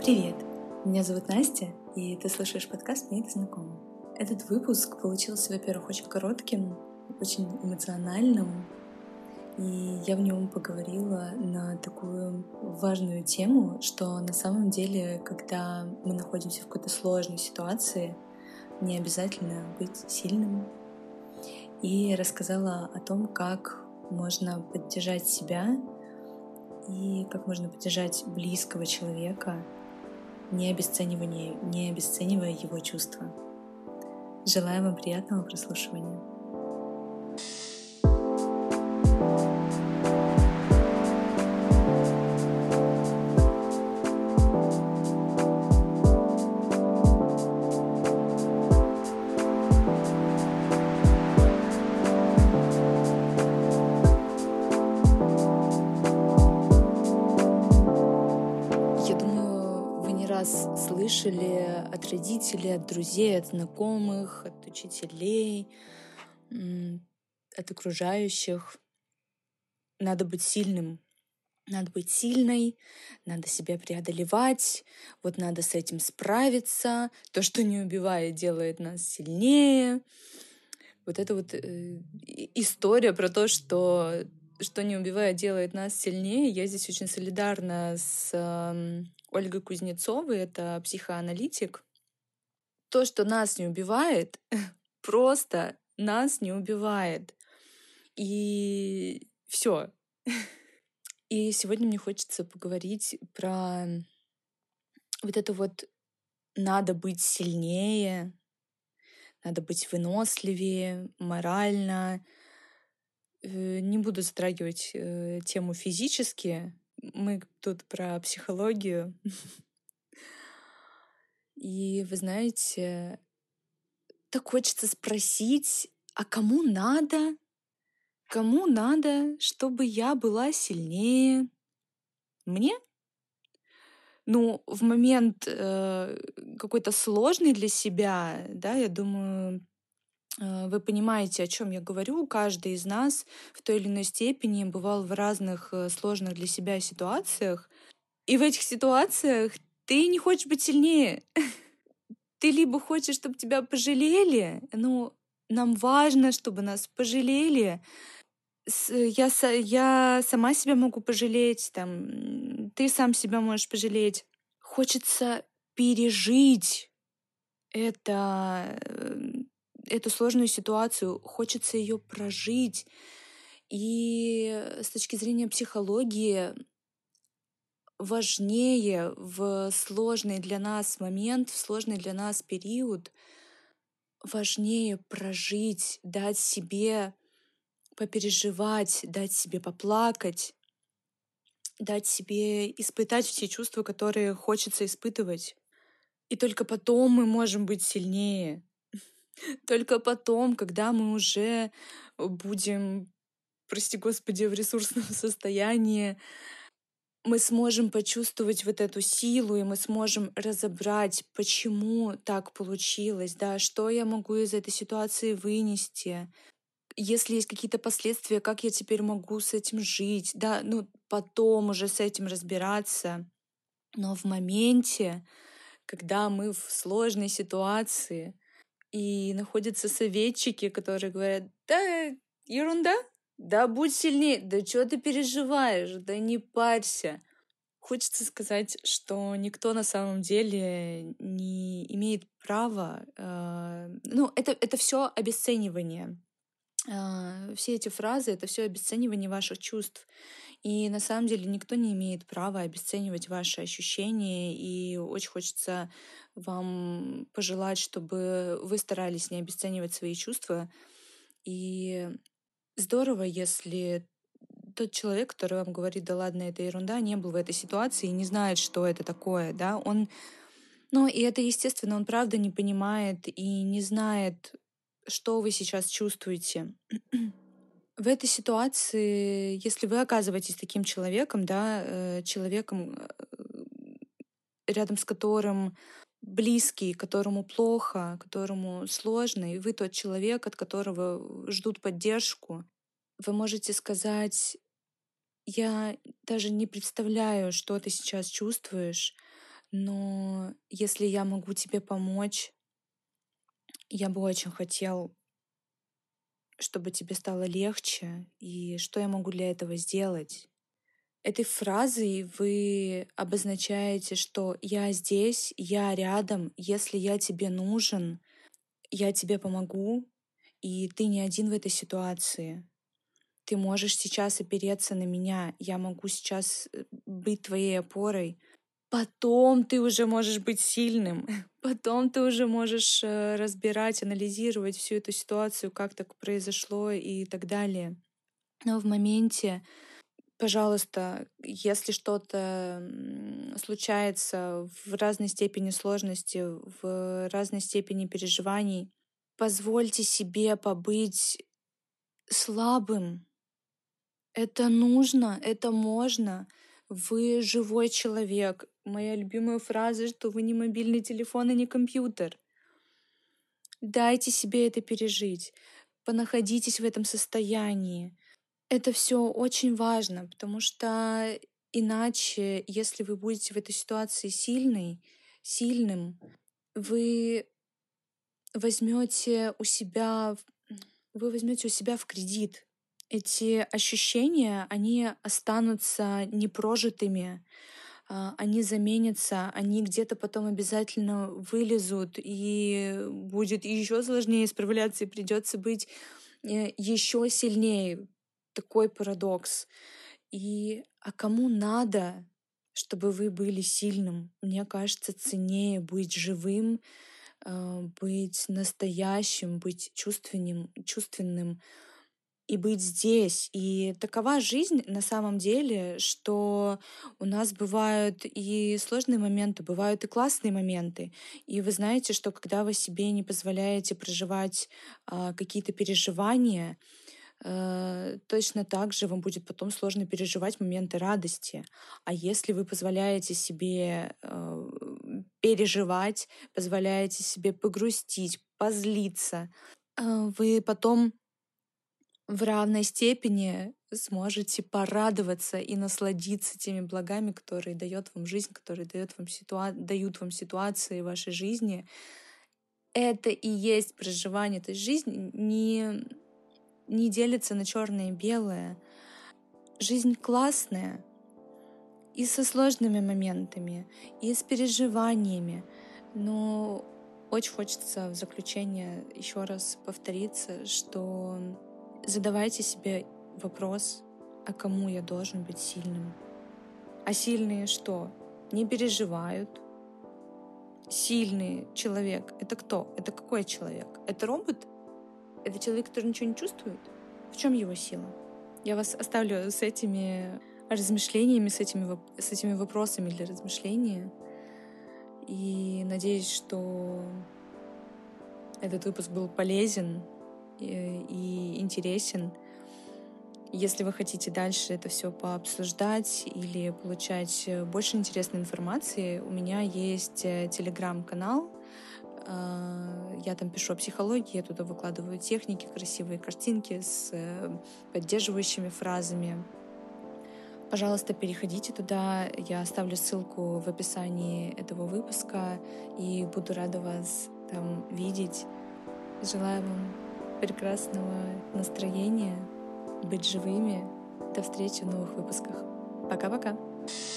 Привет! Меня зовут Настя, и ты слушаешь подкаст «Мне это знакомо». Этот выпуск получился, во-первых, очень коротким, очень эмоциональным, и я в нем поговорила на такую важную тему, что на самом деле, когда мы находимся в какой-то сложной ситуации, не обязательно быть сильным, и рассказала о том, как можно поддержать себя и как можно поддержать близкого человека, не обесценивая его чувства. Желаю вам приятного прослушивания. Я думаю, вы не раз слышали от родителей, от друзей, от знакомых, от учителей, от окружающих. Надо быть сильным, надо быть сильной, надо себя преодолевать, вот надо с этим справиться. То, что не убивает, делает нас сильнее. Вот это вот история про то, что не убивает, делает нас сильнее. Я здесь очень солидарна с Ольгой Кузнецовой, это психоаналитик. То, что нас не убивает, просто нас не убивает. И все. И сегодня мне хочется поговорить про вот это вот надо быть сильнее, надо быть выносливее, морально. Не буду затрагивать тему физически. Мы тут про психологию. И вы знаете, так хочется спросить, а кому надо? Кому надо, чтобы я была сильнее? Мне? Ну, в момент какой-то сложный для себя, да, я думаю, вы понимаете, о чем я говорю. Каждый из нас в той или иной степени бывал в разных сложных для себя ситуациях. И в этих ситуациях ты не хочешь быть сильнее. Ты либо хочешь, чтобы тебя пожалели, ну, нам важно, чтобы нас пожалели. Я сама себя могу пожалеть, ты сам себя можешь пожалеть. Хочется пережить это, эту сложную ситуацию, хочется ее прожить. И с точки зрения психологии важнее в сложный для нас момент, в сложный для нас период, важнее прожить, дать себе попереживать, дать себе поплакать, дать себе испытать все чувства, которые хочется испытывать. И только потом мы можем быть сильнее. Только потом, когда мы уже будем, прости господи, в ресурсном состоянии, мы сможем почувствовать вот эту силу, и мы сможем разобрать, почему так получилось, да, что я могу из этой ситуации вынести. Если есть какие-то последствия, как я теперь могу с этим жить, да, ну, потом уже с этим разбираться. Но в моменте, когда мы в сложной ситуации, и находятся советчики, которые говорят: да, ерунда, да будь сильнее, да что ты переживаешь, да не парься. Хочется сказать, что никто на самом деле не имеет права. Ну, это все обесценивание. Все эти фразы — это все обесценивание ваших чувств. И на самом деле никто не имеет права обесценивать ваши ощущения. И очень хочется вам пожелать, чтобы вы старались не обесценивать свои чувства. И здорово, если тот человек, который вам говорит: да ладно, это ерунда, не был в этой ситуации и не знает, что это такое, да, ну, и это естественно, он правда не понимает и не знает, что вы сейчас чувствуете. В этой ситуации, если вы оказываетесь таким человеком, да, человеком, рядом с которым близкий, которому плохо, которому сложно, и вы тот человек, от которого ждут поддержку, вы можете сказать: я даже не представляю, что ты сейчас чувствуешь, Но если я могу тебе помочь, я бы очень хотел, чтобы тебе стало легче, и что я могу для этого сделать. Этой фразой вы обозначаете, что я здесь, я рядом, если я тебе нужен, я тебе помогу, и ты не один в этой ситуации. Ты можешь сейчас опереться на меня, я могу сейчас быть твоей опорой. Потом ты уже можешь быть сильным, потом ты уже можешь разбирать, анализировать всю эту ситуацию, как так произошло и так далее. Но в моменте, пожалуйста, если что-то случается в разной степени сложности, в разной степени переживаний, позвольте себе побыть слабым. Это нужно, это можно. Вы живой человек. Моя любимая фраза, что вы не мобильный телефон и не компьютер. Дайте себе это пережить. Понаходитесь в этом состоянии. Это все очень важно, потому что иначе, если вы будете в этой ситуации сильным, вы возьмете у себя, вы возьмете у себя в кредит. Эти ощущения, они останутся непрожитыми, они заменятся, они где-то потом обязательно вылезут, и будет еще сложнее справляться, и придется быть еще сильнее. Такой парадокс. А кому надо, чтобы вы были сильным? Мне кажется, ценнее быть живым, быть настоящим, быть чувственным и быть здесь. И такова жизнь на самом деле, что у нас бывают и сложные моменты, бывают и классные моменты. И вы знаете, что когда вы себе не позволяете проживать какие-то переживания, точно так же вам будет потом сложно переживать моменты радости. А если вы позволяете себе переживать, позволяете себе погрустить, позлиться, вы потом в равной степени сможете порадоваться и насладиться теми благами, которые дает вам жизнь, которые дают вам ситуации в вашей жизни. Это и есть проживание. То есть жизнь не делится на черное и белое. Жизнь классная и со сложными моментами, и с переживаниями. Но очень хочется в заключение еще раз повториться, что задавайте себе вопрос, а кому я должен быть сильным? А сильные что? Не переживают. Сильный человек — это кто? Это какой человек? Это робот? Это человек, который ничего не чувствует? В чем его сила? Я вас оставлю с этими размышлениями, с этими вопросами для размышления. И надеюсь, что этот выпуск был полезен и интересен. Если вы хотите дальше это все пообсуждать или получать больше интересной информации, у меня есть телеграм-канал. Я там пишу о психологии, я туда выкладываю техники, красивые картинки с поддерживающими фразами. Пожалуйста, переходите туда. Я оставлю ссылку в описании этого выпуска и буду рада вас там видеть. Желаю вам прекрасного настроения, быть живыми. До встречи в новых выпусках. Пока-пока.